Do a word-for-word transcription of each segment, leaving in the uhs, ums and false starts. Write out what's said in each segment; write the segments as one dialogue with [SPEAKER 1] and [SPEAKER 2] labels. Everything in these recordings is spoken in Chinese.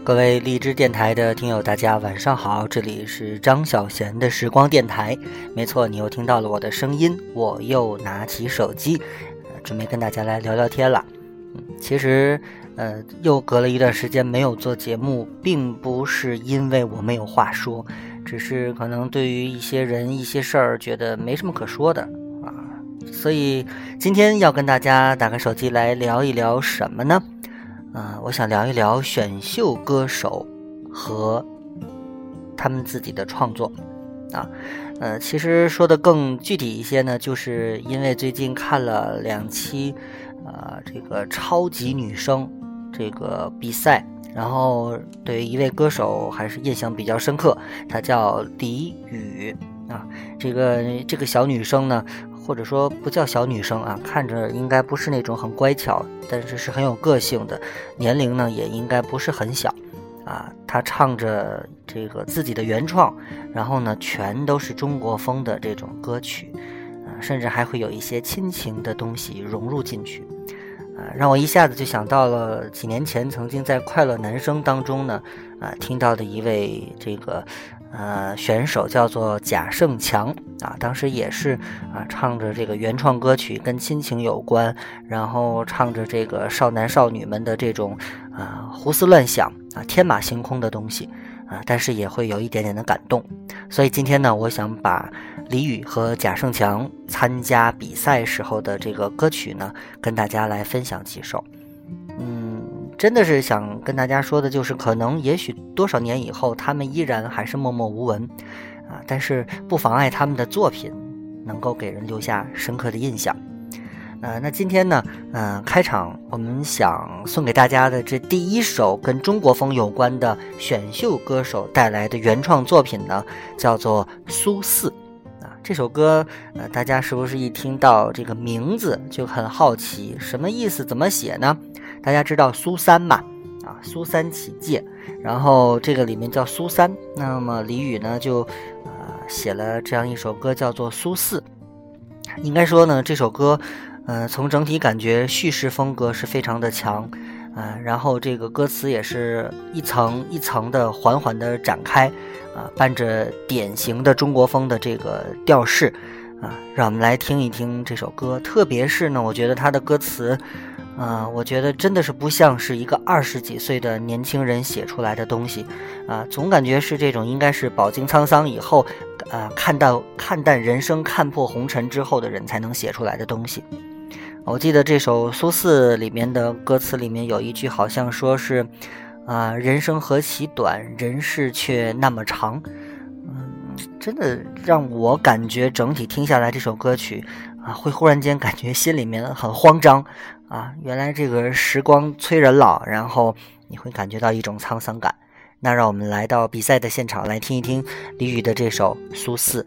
[SPEAKER 1] 各位荔枝电台的听友大家晚上好，这里是张小贤的时光电台。没错，你又听到了我的声音，我又拿起手机、呃、准备跟大家来聊聊天了。嗯，其实呃，又隔了一段时间没有做节目，并不是因为我没有话说，只是可能对于一些人一些事儿觉得没什么可说的啊，所以今天要跟大家打开手机来聊一聊什么呢？呃，我想聊一聊选秀歌手和他们自己的创作啊。呃，其实说的更具体一些呢，就是因为最近看了两期呃这个超级女声这个比赛，然后对于一位歌手还是印象比较深刻，她叫李宇啊。这个这个小女生呢，或者说不叫小女生啊，看着应该不是那种很乖巧，但是是很有个性的，年龄呢也应该不是很小啊。她唱着这个自己的原创，然后呢全都是中国风的这种歌曲啊，甚至还会有一些亲情的东西融入进去啊，让我一下子就想到了几年前曾经在快乐男声当中呢啊听到的一位这个呃，选手叫做贾胜强啊，当时也是啊唱着这个原创歌曲，跟亲情有关，然后唱着这个少男少女们的这种啊胡思乱想啊天马行空的东西啊，但是也会有一点点的感动。所以今天呢，我想把李宇和贾胜强参加比赛时候的这个歌曲呢，跟大家来分享几首。嗯。真的是想跟大家说的，就是可能也许多少年以后他们依然还是默默无闻啊，但是不妨碍他们的作品能够给人留下深刻的印象。呃，那今天呢呃，开场我们想送给大家的这第一首跟中国风有关的选秀歌手带来的原创作品呢，叫做苏四啊。这首歌呃，大家是不是一听到这个名字就很好奇，什么意思，怎么写呢？大家知道苏三嘛？啊，苏三起解，然后这个里面叫苏三，那么李宇呢就呃写了这样一首歌，叫做苏四。应该说呢，这首歌呃从整体感觉叙事风格是非常的强，呃，然后这个歌词也是一层一层的缓缓的展开，啊、呃，伴着典型的中国风的这个调式，啊、呃，让我们来听一听这首歌。特别是呢，我觉得它的歌词。啊、呃，我觉得真的是不像是一个二十几岁的年轻人写出来的东西，啊、呃，总感觉是这种应该是饱经沧桑以后，呃，看到看淡人生、看破红尘之后的人才能写出来的东西。我记得这首苏四里面的歌词里面有一句好像说是，啊、呃，人生何其短，人世却那么长。嗯，真的让我感觉整体听下来这首歌曲啊，会忽然间感觉心里面很慌张。啊，原来这个时光催人老，然后你会感觉到一种沧桑感。那让我们来到比赛的现场，来听一听李宇的这首《苏四》。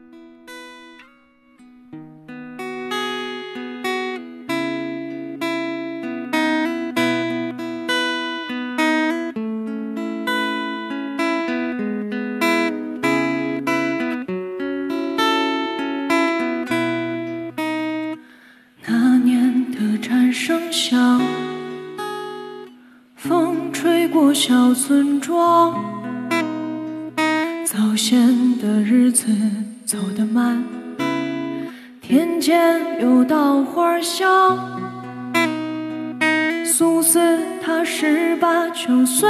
[SPEAKER 2] 声响，风吹过小村庄，早先的日子走得慢，田间有稻花香。苏四他十八九岁，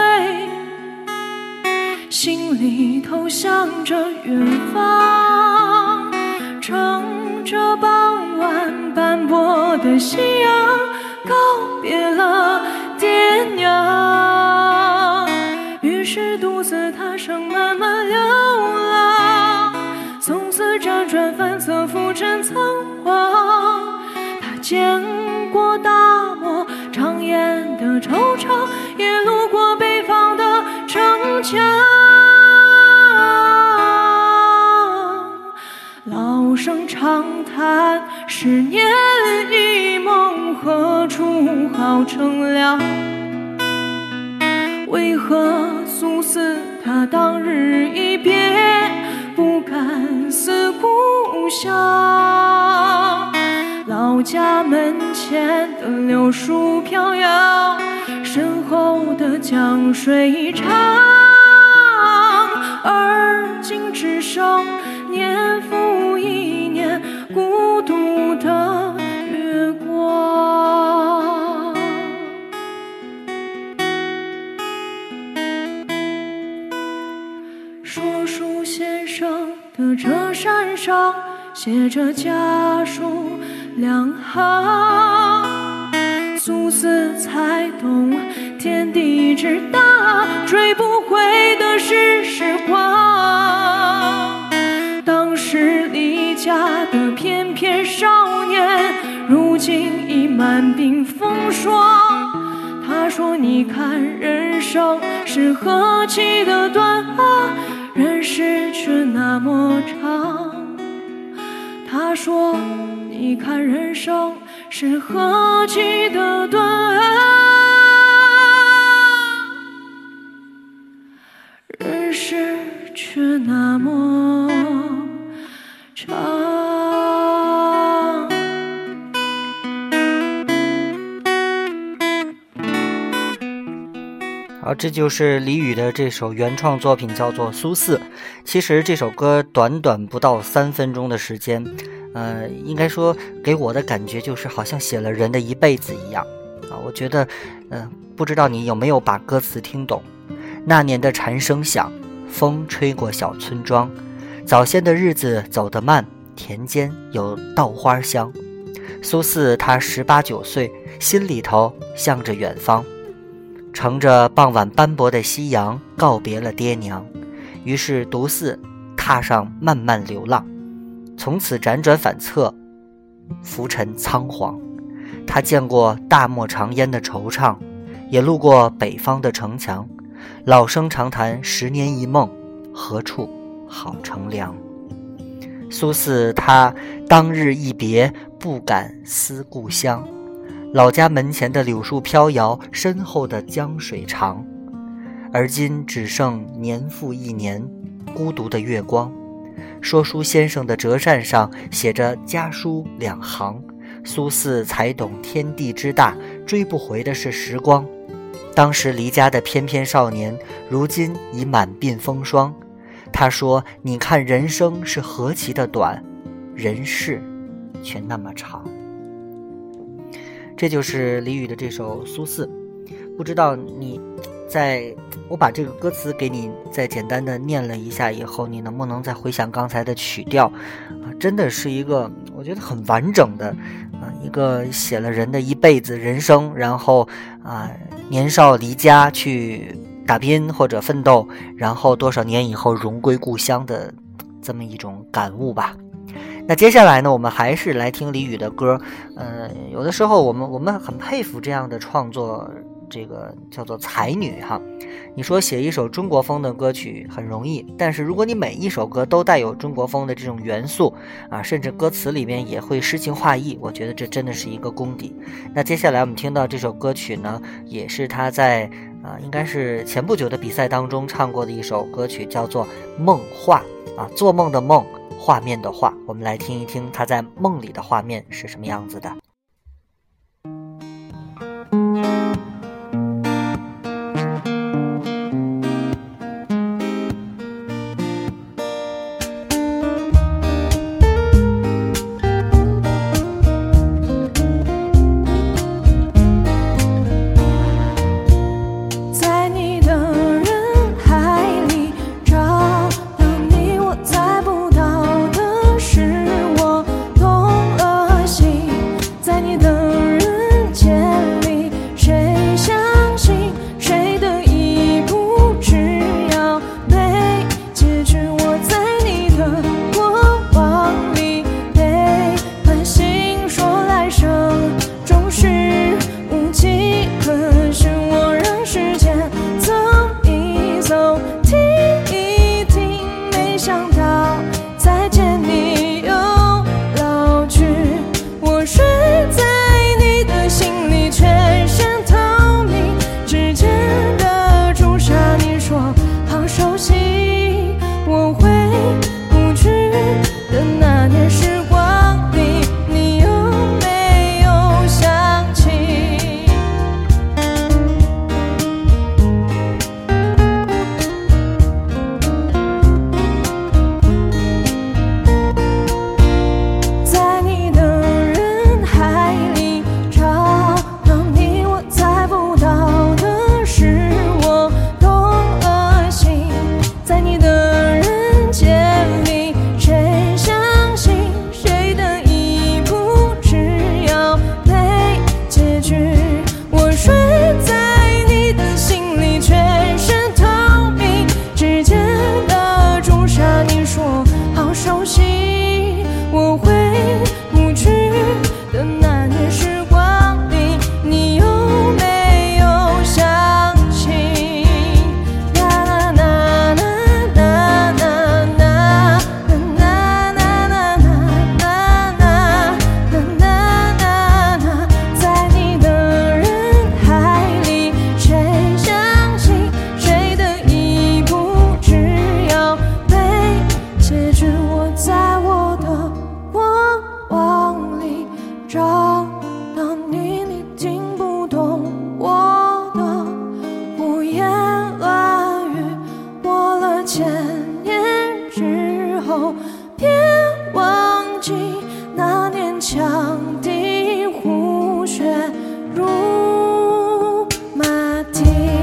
[SPEAKER 2] 心里头想着远方，乘着傍晚斑驳的夕阳，告别了爹娘，于是独自踏上漫漫流浪，从此辗转反侧，浮沉仓皇。他见过大漠长烟的惆怅，也路过北方的城墙，老生常谈，十年一梦，何处好乘凉？为何苏四他当日一别，不敢思故乡？老家门前的柳树飘摇，身后的江水长，而今只剩年复一年孤独的月光。说书先生的这扇上写着家书两行，苏轼才懂天地之大，追不回的是时光。当时离家的翩翩少年，如今已满鬓风霜。他说你看人生是何其的短啊，人世却那么长。他说你看人生是何其的短啊，人世却那么长。
[SPEAKER 1] 好，这就是李宇的这首原创作品，叫做《苏轼》。其实这首歌短短不到三分钟的时间，呃，应该说给我的感觉就是好像写了人的一辈子一样啊。我觉得，呃，不知道你有没有把歌词听懂？那年的蝉声响，风吹过小村庄，早先的日子走得慢，田间有稻花香。苏轼他十八九岁，心里头向着远方。乘着傍晚斑驳的夕阳，告别了爹娘，于是独自踏上漫漫流浪，从此辗转反侧，浮沉仓皇。他见过大漠长烟的惆怅，也路过北方的城墙，老生常谈十年一梦，何处好乘凉。苏轼他当日一别，不敢思故乡，老家门前的柳树飘摇，身后的江水长。而今只剩年复一年，孤独的月光。说书先生的折扇上写着家书两行，苏轼才懂天地之大，追不回的是时光。当时离家的翩翩少年，如今已满鬓风霜。他说你看人生是何其的短，人世却那么长。这就是李宇的这首《苏轼》。不知道你在我把这个歌词给你再简单的念了一下以后，你能不能再回想刚才的曲调啊？真的是一个我觉得很完整的啊，一个写了人的一辈子人生，然后啊年少离家去打拼或者奋斗，然后多少年以后荣归故乡的这么一种感悟吧。那接下来呢，我们还是来听李宇的歌。呃，有的时候我们我们很佩服这样的创作，这个叫做才女哈。你说写一首中国风的歌曲很容易，但是如果你每一首歌都带有中国风的这种元素啊，甚至歌词里面也会诗情画意，我觉得这真的是一个功底。那接下来我们听到这首歌曲呢，也是他在啊，应该是前不久的比赛当中唱过的一首歌曲，叫做《梦话》啊，做梦的梦，画面的画。我们来听一听他在梦里的画面是什么样子的。
[SPEAKER 2] 写句我在我的过往里找到你，你听不懂我的胡言乱语，过了千年之后，别忘记那年羌笛胡雪如马蹄。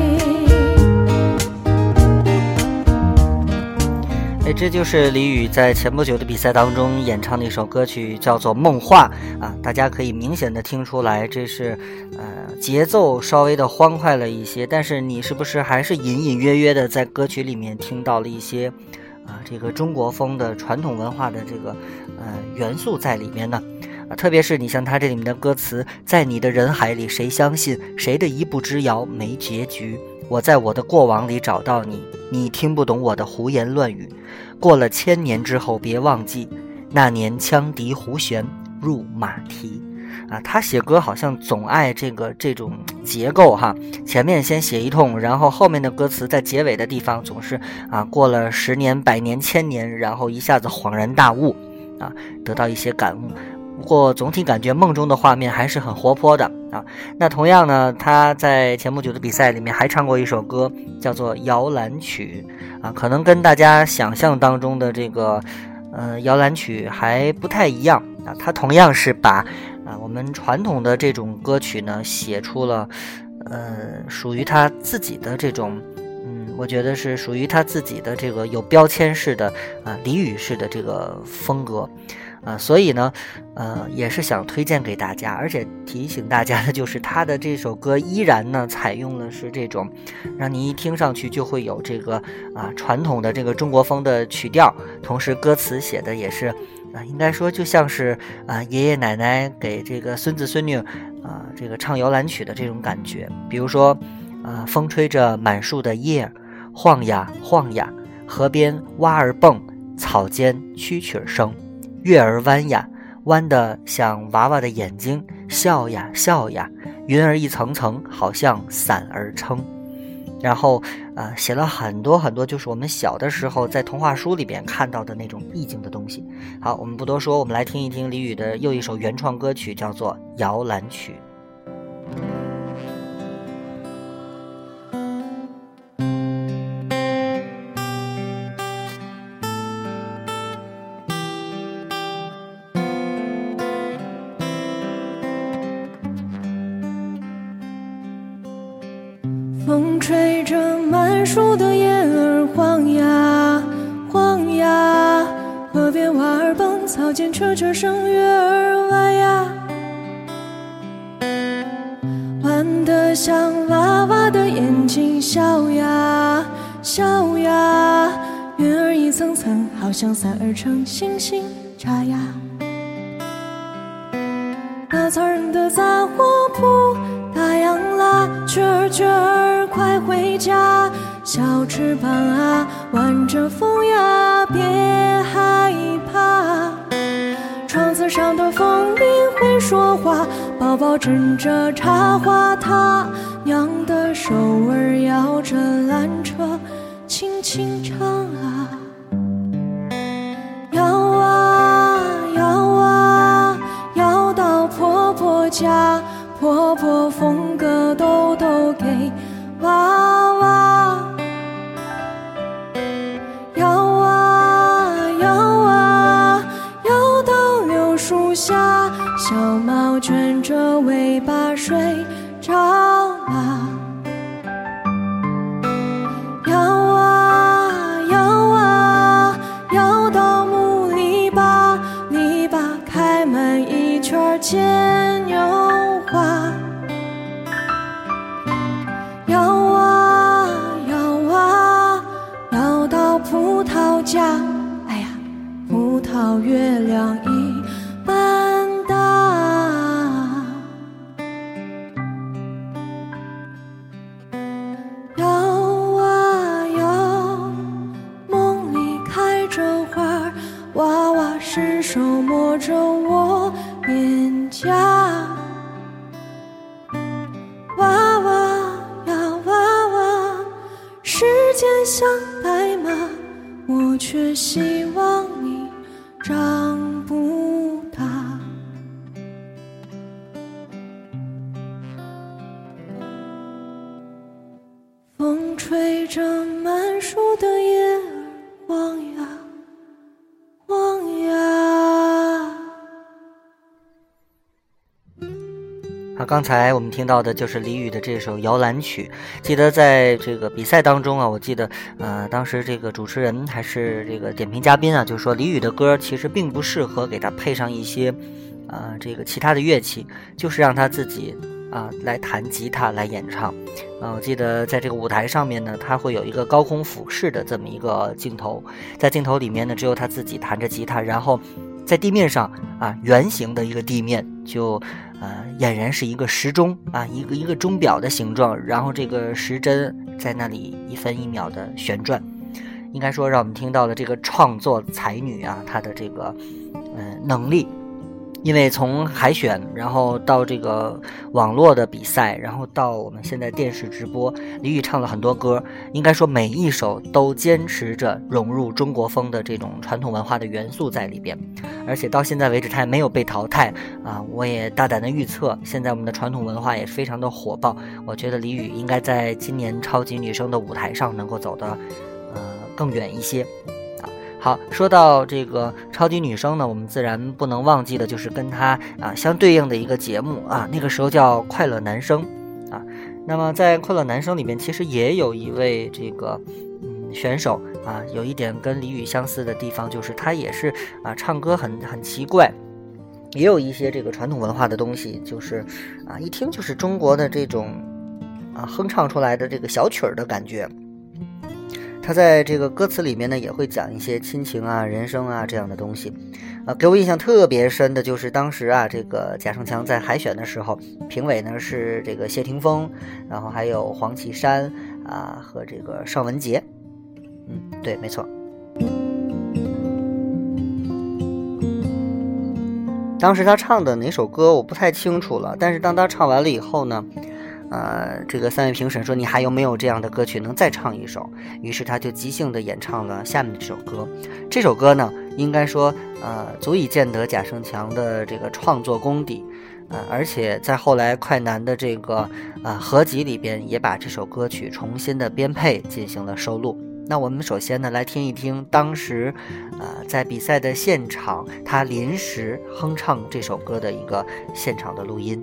[SPEAKER 1] 哎，这就是李宇在前不久的比赛当中演唱的一首歌曲，叫做《梦话》啊，大家可以明显的听出来，这是呃节奏稍微的欢快了一些，但是你是不是还是隐隐约约的在歌曲里面听到了一些啊这个中国风的传统文化的这个呃元素在里面呢？啊，特别是你像它这里面的歌词，在你的人海里，谁相信谁的一步之遥没结局？我在我的过往里找到你，你听不懂我的胡言乱语。过了千年之后，别忘记那年羌笛胡旋入马蹄。啊，他写歌好像总爱这个这种结构哈，前面先写一通，然后后面的歌词在结尾的地方总是啊过了十年、百年、千年，然后一下子恍然大悟啊，得到一些感悟。不过总体感觉梦中的画面还是很活泼的啊。那同样呢，他在前不久的比赛里面还唱过一首歌，叫做《摇篮曲》啊，可能跟大家想象当中的这个呃摇篮曲还不太一样啊。他同样是把啊我们传统的这种歌曲呢写出了呃属于他自己的这种嗯，我觉得是属于他自己的这个有标签式的啊俚语式的这个风格。啊，所以呢，呃，也是想推荐给大家，而且提醒大家的就是，他的这首歌依然呢采用了是这种，让你一听上去就会有这个啊传统的这个中国风的曲调，同时歌词写的也是啊，应该说就像是啊爷爷奶奶给这个孙子孙女啊这个唱摇篮曲的这种感觉。比如说啊，风吹着满树的叶，晃呀晃呀，河边蛙儿蹦，草间蛐蛐声。月儿弯呀，弯得像娃娃的眼睛，笑呀笑呀，云儿一层层，好像伞儿撑。然后啊、呃，写了很多很多，就是我们小的时候在童话书里边看到的那种意境的东西。好，我们不多说，我们来听一听李宇的又一首原创歌曲，叫做《摇篮曲》。
[SPEAKER 2] 风吹着满树的叶儿晃呀晃呀，河边蛙儿蹦，草间蛐蛐声，月儿弯呀弯得像娃娃的眼睛，笑呀笑呀，云儿一层层，好像伞儿撑，星星眨呀。稻草人的杂货铺，大洋啦，雀儿雀儿快回家，小翅膀啊，挽着风呀，别害怕。窗子上的风铃会说话，宝宝枕着插花塔，娘的手儿摇着缆车，轻轻唱啊。摇啊摇啊，摇到婆婆家，婆婆缝个兜兜给娃娃。摇啊摇啊，摇到柳树下，小猫卷着尾巴睡着了。摇啊摇啊，摇到木篱笆，篱笆开满一圈牵牛花。摇啊摇啊，摇到葡萄架，哎呀，葡萄月亮一般大。摇啊摇，梦里开着花，娃娃伸手摸着我脸颊。娃娃呀娃娃，时间像白马，我却希望长不大。风吹着满树的叶儿晃呀晃呀。
[SPEAKER 1] 好，刚才我们听到的就是李宇的这首摇篮曲。记得在这个比赛当中啊，我记得呃，当时这个主持人还是这个点评嘉宾啊，就说李宇的歌其实并不适合给他配上一些啊、呃、这个其他的乐器，就是让他自己啊、呃、来弹吉他来演唱。啊、呃，我记得在这个舞台上面呢，他会有一个高空俯视的这么一个镜头，在镜头里面呢，只有他自己弹着吉他，然后在地面上啊，圆形的一个地面就呃俨然是一个时钟啊，一个一个钟表的形状，然后这个时针在那里一分一秒的旋转。应该说让我们听到了这个创作才女啊，她的这个呃能力。因为从海选，然后到这个网络的比赛，然后到我们现在电视直播，李宇唱了很多歌，应该说每一首都坚持着融入中国风的这种传统文化的元素在里边，而且到现在为止他也没有被淘汰啊！我也大胆的预测，现在我们的传统文化也非常的火爆，我觉得李宇应该在今年超级女声的舞台上能够走得呃更远一些。好，说到这个超级女声呢，我们自然不能忘记的就是跟她啊相对应的一个节目啊，那个时候叫快乐男声啊。那么在快乐男声里面，其实也有一位这个嗯选手啊，有一点跟李宇相似的地方，就是他也是啊唱歌很很奇怪，也有一些这个传统文化的东西，就是啊一听就是中国的这种啊哼唱出来的这个小曲儿的感觉。他在这个歌词里面呢，也会讲一些亲情啊、人生啊这样的东西，啊，给我印象特别深的就是当时啊，这个贾胜强在海选的时候，评委呢是这个谢霆锋，然后还有黄绮珊啊和这个尚雯婕，嗯，对，没错。当时他唱的哪首歌我不太清楚了，但是当他唱完了以后呢，呃，这个三位评审说你还有没有这样的歌曲能再唱一首，于是他就即兴的演唱了下面的这首歌。这首歌呢应该说呃足以见得贾胜强的这个创作功底，呃，而且在后来快男的这个呃合集里边也把这首歌曲重新的编配进行了收录。那我们首先呢来听一听当时呃在比赛的现场他临时哼唱这首歌的一个现场的录音。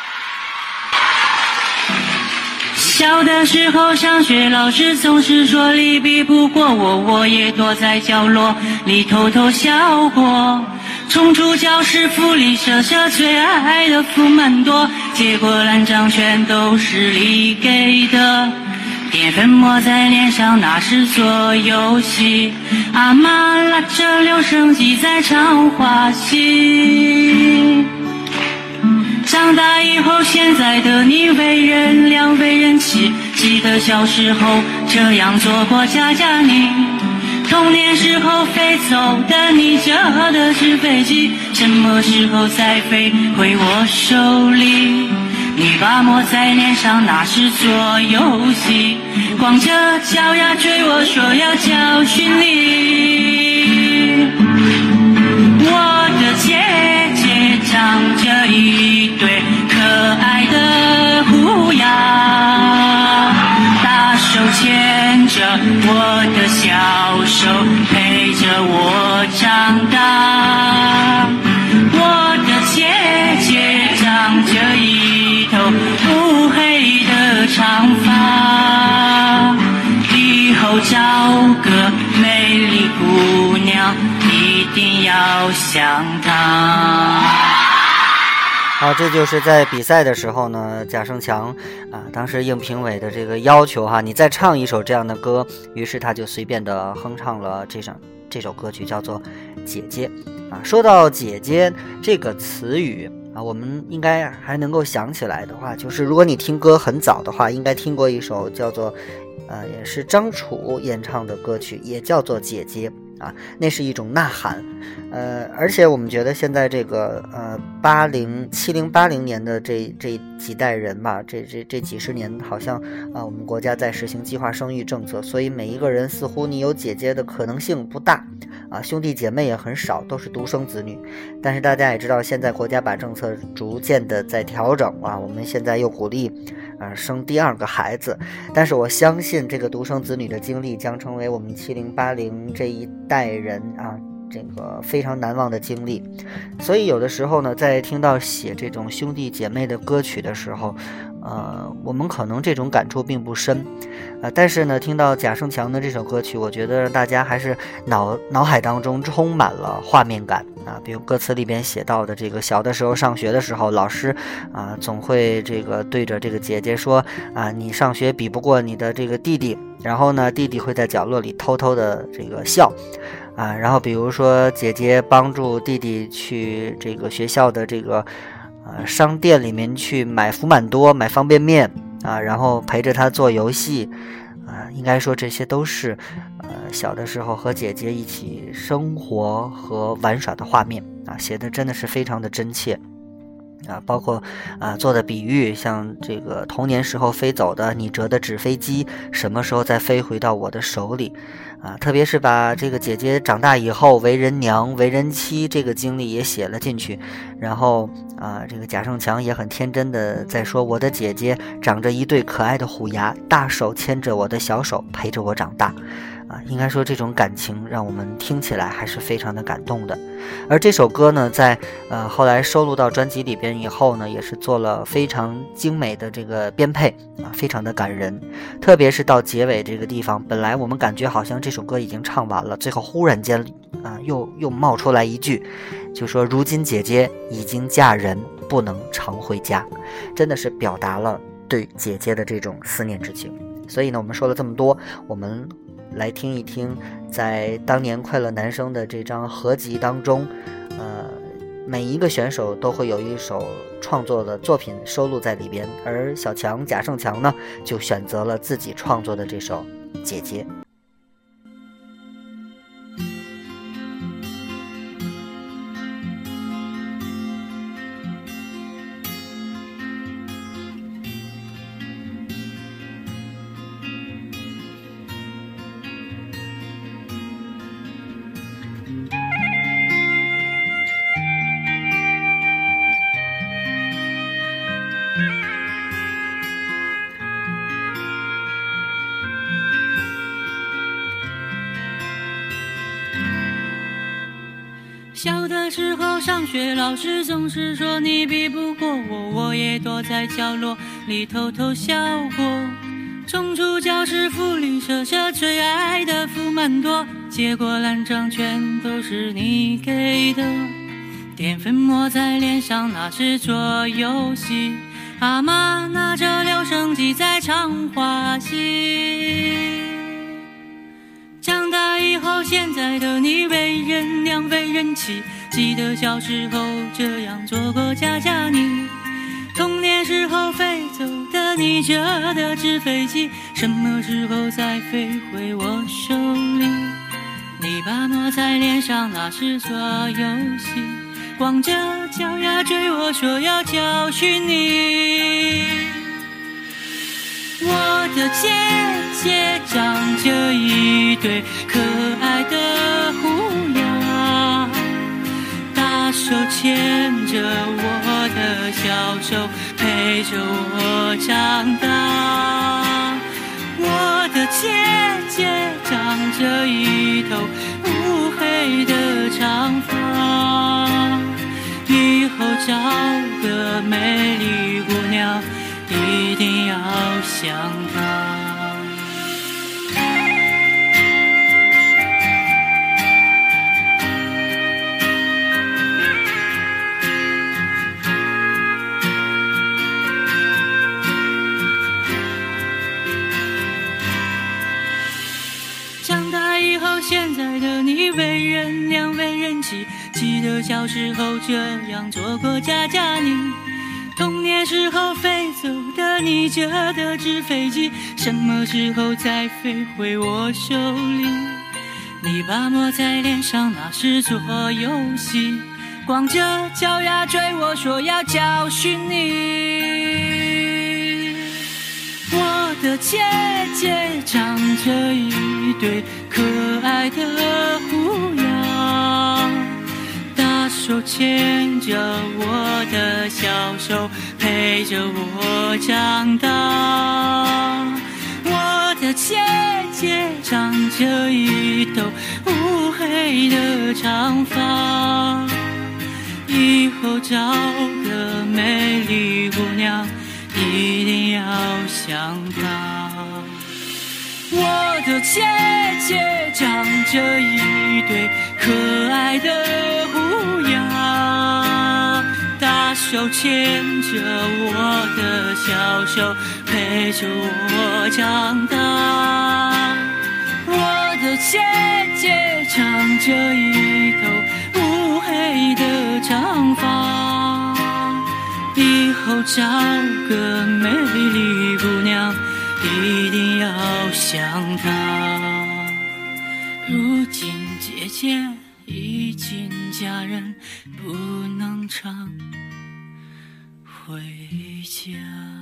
[SPEAKER 3] 小的时候上学，老师总是说你比不过我，我也躲在角落里偷偷笑过。冲出教室，福利社社最爱的福满多，结果烂账全都是你给的。淀粉抹在脸上，那是做游戏。阿妈拉着留声机在唱花戏。长大以后，现在的你为人良为人妻，记得小时候这样做过家家你。童年时候飞走的你，折的纸飞机，什么时候才飞回我手里？你把抹在脸上，那是做游戏，光着脚丫追我说要教训你。我的姐姐长着一对可爱的虎牙，大手牵着我的小手，陪着我长大。我的姐姐长着一头乌黑的长发，以后找个美丽姑娘一定要像她。
[SPEAKER 1] 好，这就是在比赛的时候呢，贾胜强啊，当时应评委的这个要求哈，你再唱一首这样的歌，于是他就随便的哼唱了这首这首歌曲，叫做《姐姐》啊。说到姐姐这个词语啊，我们应该还能够想起来的话，就是如果你听歌很早的话，应该听过一首叫做呃，也是张楚演唱的歌曲，也叫做《姐姐》 啊，那是一种呐喊。呃，而且我们觉得现在这个呃八零七零八零年的这这几代人吧，这这这几十年，好像啊、呃、我们国家在实行计划生育政策，所以每一个人似乎你有姐姐的可能性不大啊，兄弟姐妹也很少，都是独生子女。但是大家也知道，现在国家把政策逐渐的在调整啊，我们现在又鼓励啊、呃、生第二个孩子。但是我相信这个独生子女的经历将成为我们七零八零这一代人啊这个非常难忘的经历。所以有的时候呢，在听到写这种兄弟姐妹的歌曲的时候，呃，我们可能这种感触并不深，呃，但是呢，听到贾胜强的这首歌曲，我觉得大家还是脑脑海当中充满了画面感啊。比如歌词里边写到的这个小的时候上学的时候，老师啊总会这个对着这个姐姐说啊，你上学比不过你的这个弟弟，然后呢，弟弟会在角落里偷偷的这个笑。啊，然后比如说姐姐帮助弟弟去这个学校的这个呃商店里面去买福满多、买方便面啊，然后陪着他做游戏啊，应该说这些都是呃小的时候和姐姐一起生活和玩耍的画面啊，写的真的是非常的真切。啊，包括啊做的比喻，像这个童年时候飞走的你折的纸飞机，什么时候再飞回到我的手里？啊，特别是把这个姐姐长大以后为人娘、为人妻这个经历也写了进去。然后啊，这个贾胜强也很天真的在说，我的姐姐长着一对可爱的虎牙，大手牵着我的小手，陪着我长大。啊，应该说这种感情让我们听起来还是非常的感动的。而这首歌呢，在呃后来收录到专辑里边以后呢，也是做了非常精美的这个编配啊，非常的感人。特别是到结尾这个地方，本来我们感觉好像这首歌已经唱完了，最后忽然间啊又又冒出来一句，就说如今姐姐已经嫁人，不能常回家，真的是表达了对姐姐的这种思念之情。所以呢，我们说了这么多，我们来听一听在当年快乐男声的这张合集当中，呃，每一个选手都会有一首创作的作品收录在里边，而小强贾胜强呢就选择了自己创作的这首《姐姐》。
[SPEAKER 3] 小的时候上学，老师总是说你比不过我，我也躲在角落里偷偷笑过。冲出教室，福利社社最爱的福满多，结果烂账全都是你给的。淀粉抹在脸上，那是做游戏。阿妈拿着留声机在唱花戏。长大以后，现在的你为人娘为人妻，记得小时候这样做过家家你。童年时候飞走的你折的纸飞机，什么时候再飞回我手里？你把抹在脸上，那是做游戏，光着脚丫追我说要教训你。我的姐姐长着一对可爱的虎牙，大手牵着我的小手，陪着我长大。我的姐姐长着一头乌黑的长发，以后找个美丽姑娘一定要像她。长大以后，现在的你为人娘为人妻，记得小时候这样做过家家你。童年时候飞走的你折的纸飞机，什么时候再飞回我手里？ 你把抹在脸上，那是做游戏，光着脚丫追我说要教训你。我的姐姐长着一对可爱的虎牙，大手牵着我的小手，陪着我长大。我的姐姐长着一头乌黑的长发，以后找个美丽姑娘一定要像她。我的姐姐长着一对可爱的虎牙，大手牵着我的小手，陪着我长大。我的姐姐长着一头乌黑的长发，以后找个美丽姑娘一定要像她。如今姐姐已经嫁人，不能常回家。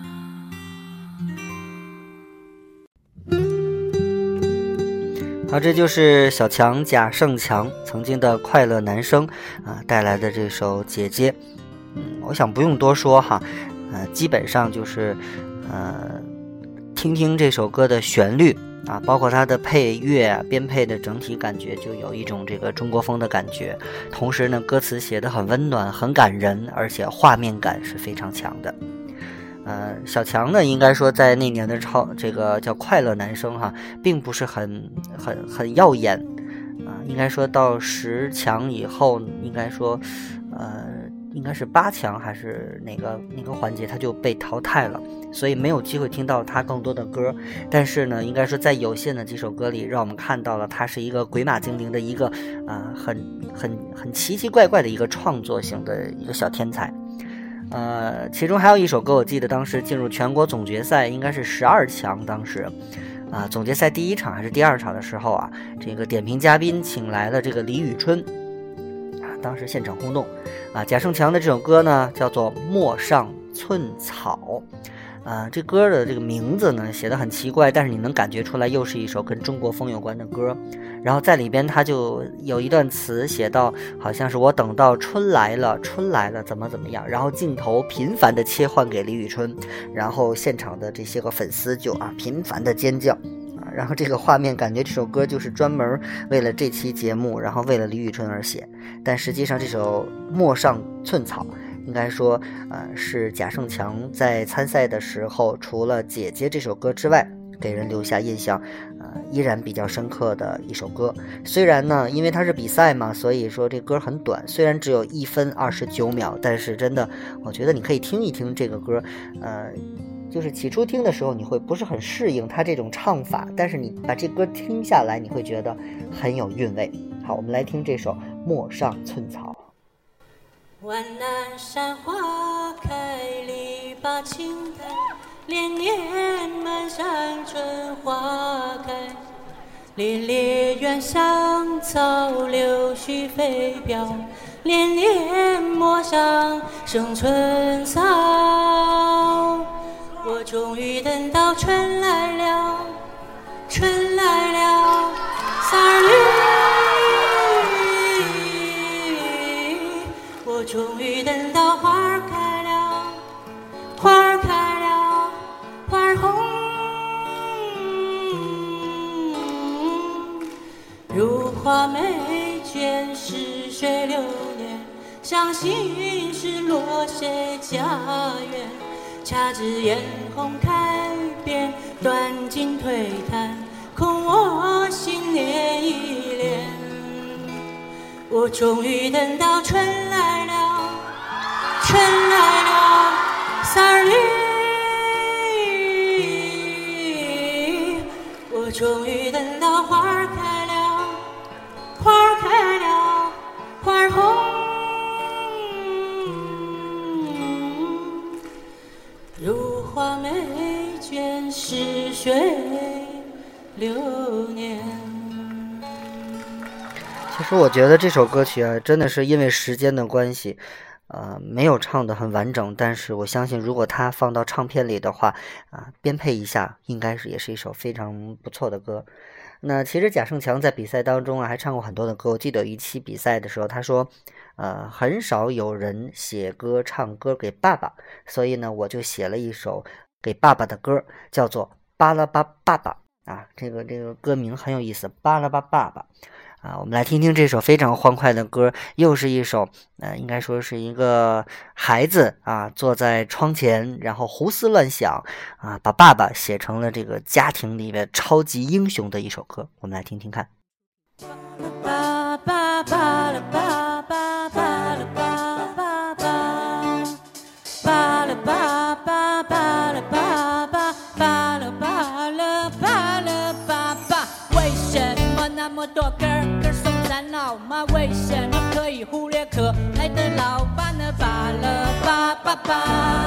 [SPEAKER 1] 好，这就是小强贾胜强曾经的快乐男声啊带来的这首《姐姐》。嗯，我想不用多说哈，呃，基本上就是呃，听听这首歌的旋律啊，包括它的配乐啊、编配的整体感觉，就有一种这个中国风的感觉。同时呢，歌词写得很温暖、很感人，而且画面感是非常强的。呃，小强呢，应该说在那年的超这个叫快乐男声哈，并不是很很很耀眼啊、呃，应该说到十强以后，应该说，呃，应该是八强还是哪个哪个环节他就被淘汰了，所以没有机会听到他更多的歌。但是呢，应该说在有限的几首歌里，让我们看到了他是一个鬼马精灵的一个啊、呃，很很很奇奇怪怪的一个创作型的一个小天才。呃，其中还有一首歌，我记得当时进入全国总决赛，应该是十二强。当时，啊、呃，总决赛第一场还是第二场的时候啊，这个点评嘉宾请来了这个李宇春，啊，当时现场轰动。啊，贾胜强的这首歌呢，叫做《陌上寸草》。啊，这歌的这个名字呢写得很奇怪，但是你能感觉出来又是一首跟中国风有关的歌。然后在里边它就有一段词写到，好像是我等到春来了，春来了怎么怎么样，然后镜头频繁的切换给李宇春，然后现场的这些个粉丝就啊频繁的尖叫啊，然后这个画面感觉这首歌就是专门为了这期节目，然后为了李宇春而写。但实际上这首陌上寸草应该说呃，是贾胜强在参赛的时候除了《姐姐》这首歌之外给人留下印象呃，依然比较深刻的一首歌。虽然呢因为它是比赛嘛，所以说这歌很短，虽然只有一分二十九秒，但是真的我觉得你可以听一听这个歌。呃，就是起初听的时候你会不是很适应它这种唱法，但是你把这歌听下来你会觉得很有韵味。好，我们来听这首《陌上寸草》。
[SPEAKER 4] 万南山花开，篱笆青苔，连年满山春花开。猎猎原上草，柳絮飞飘，连年陌上生春草。我终于等到春来了，春来了，三儿绿。我终于等到花儿开了，花儿开了，花儿红。如花美眷，似水流年，伤心事落谁家园？恰值嫣红开遍，断尽颓唐，空我心念依恋。我终于等到春来了，春来了，三儿绿。我终于等到花儿开了，花儿开了，花儿红。如花美眷，似水流年。
[SPEAKER 1] 实我觉得这首歌曲啊，真的是因为时间的关系，呃，没有唱得很完整，但是我相信如果它放到唱片里的话，啊，编配一下，应该是也是一首非常不错的歌。那其实贾胜强在比赛当中啊，还唱过很多的歌。我记得有一期比赛的时候，他说，呃，很少有人写歌唱歌给爸爸，所以呢，我就写了一首给爸爸的歌，叫做《巴拉巴爸爸》啊，这个这个歌名很有意思，《巴拉巴爸爸》。啊，我们来听听这首非常欢快的歌，又是一首，呃，应该说是一个孩子啊，坐在窗前，然后胡思乱想啊，把爸爸写成了这个家庭里面超级英雄的一首歌，我们来听听看。
[SPEAKER 4] 巴巴巴拉巴巴巴拉巴巴巴，巴拉巴巴巴拉巴巴巴拉巴拉巴拉巴巴，为什么那么多歌？老妈为什么可以忽略可爱的老爸呢？巴拉巴巴巴，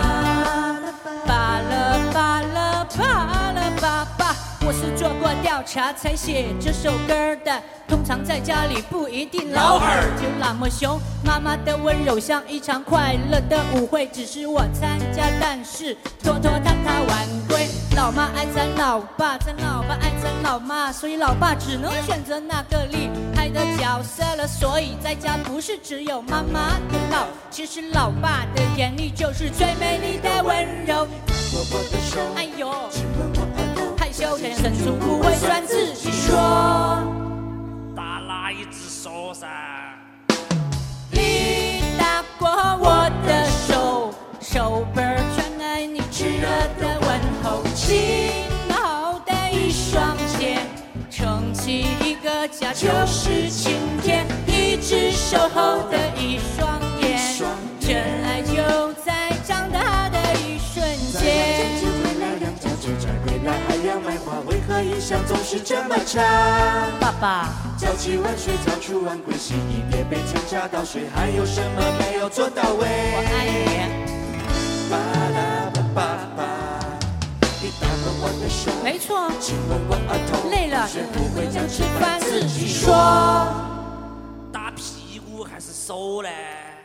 [SPEAKER 4] 巴拉巴拉巴拉巴巴。我是做过调查才写这首歌的，通常在家里不一定老二就那么凶，妈妈的温柔像一场快乐的舞会，只是我参加，但是拖拖沓沓晚归。老妈爱赞老爸，赞老爸爱赞老妈，所以老爸只能选择那个厉害的角色了。所以在家不是只有妈妈的老，其实老爸的眼里就是最美丽的温柔。哎呦，害羞的人伸出不会算自己说，
[SPEAKER 5] 打哪一只手噻？
[SPEAKER 4] 你打过我的手，手背传来你炽热的问候，轻好的一双肩，撑起一个家就是晴天，一直守候的一双眼，真爱就在长大的一瞬间。
[SPEAKER 5] 还要买花，为何印象总是这么差？
[SPEAKER 4] 爸爸，
[SPEAKER 5] 早起晚睡，早出晚归，洗衣叠被扦插倒水，还有什么没有做到位？
[SPEAKER 4] 我爱你。
[SPEAKER 5] 巴拉巴爸爸，你打过我的手，
[SPEAKER 4] 没错，
[SPEAKER 5] 亲吻我额头，
[SPEAKER 4] 累了
[SPEAKER 5] 学不会就吃饭
[SPEAKER 4] 自己说，
[SPEAKER 5] 打屁股还是手呢？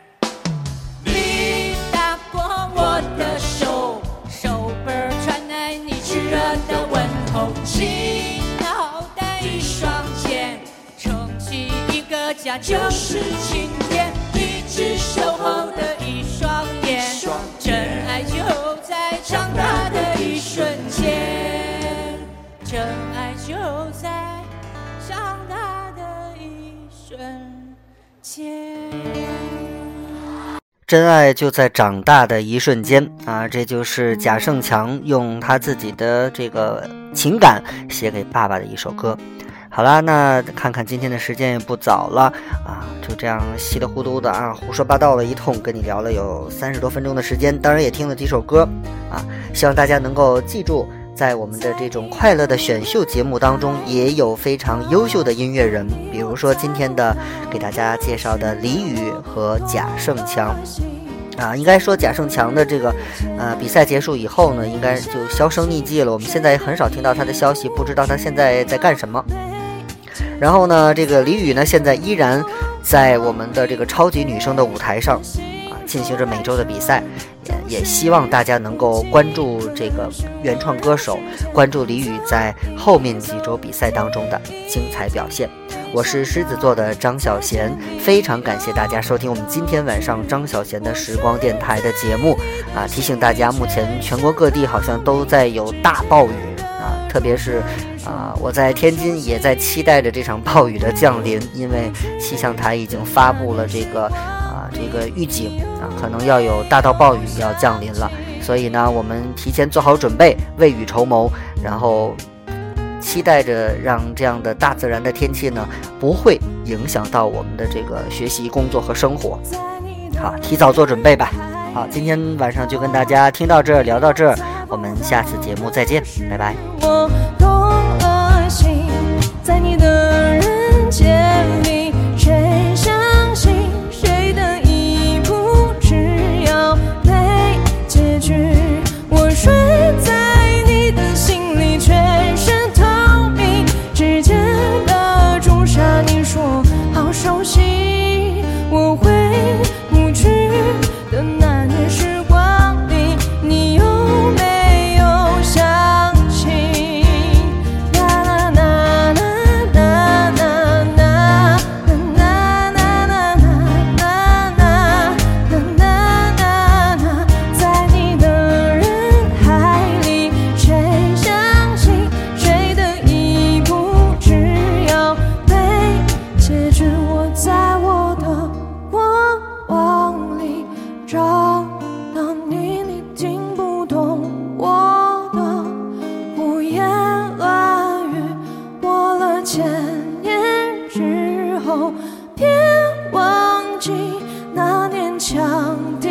[SPEAKER 4] 你打过我的手，手背传来你炽热的问候，轻好的一双肩，撑起一个家就是晴天，一直守候的一双眼，真爱就在长大的一瞬间，真爱就在长大的一瞬间。
[SPEAKER 1] 真爱就在长大的一瞬间啊！这就是贾胜强用他自己的这个情感写给爸爸的一首歌。好啦，那看看今天的时间也不早了啊，就这样稀里糊涂的啊，胡说八道了一通，跟你聊了有三十多分钟的时间，当然也听了几首歌啊，希望大家能够记住，在我们的这种快乐的选秀节目当中，也有非常优秀的音乐人，比如说今天的给大家介绍的李宇和贾胜强啊，应该说贾胜强的这个呃比赛结束以后呢，应该就销声匿迹了，我们现在也很少听到他的消息，不知道他现在在干什么。然后呢，这个李宇呢，现在依然在我们的这个超级女声的舞台上啊，进行着每周的比赛，也也希望大家能够关注这个原创歌手，关注李宇在后面几周比赛当中的精彩表现。我是狮子座的张小贤，非常感谢大家收听我们今天晚上张小贤的时光电台的节目啊！提醒大家，目前全国各地好像都在有大暴雨啊，特别是啊，我在天津也在期待着这场暴雨的降临，因为气象台已经发布了这个啊这个预警啊，可能要有大到暴雨要降临了，所以呢，我们提前做好准备，未雨绸缪，然后期待着让这样的大自然的天气呢不会影响到我们的这个学习工作和生活。好，提早做准备吧。好，今天晚上就跟大家听到这儿，聊到这儿，我们下次节目再见，拜拜。
[SPEAKER 2] 我动了心，在你的人间里，谁相信谁的一步，只要没结局，我睡在你的心里，全身透明，指尖的朱砂，你说好受别忘记那年强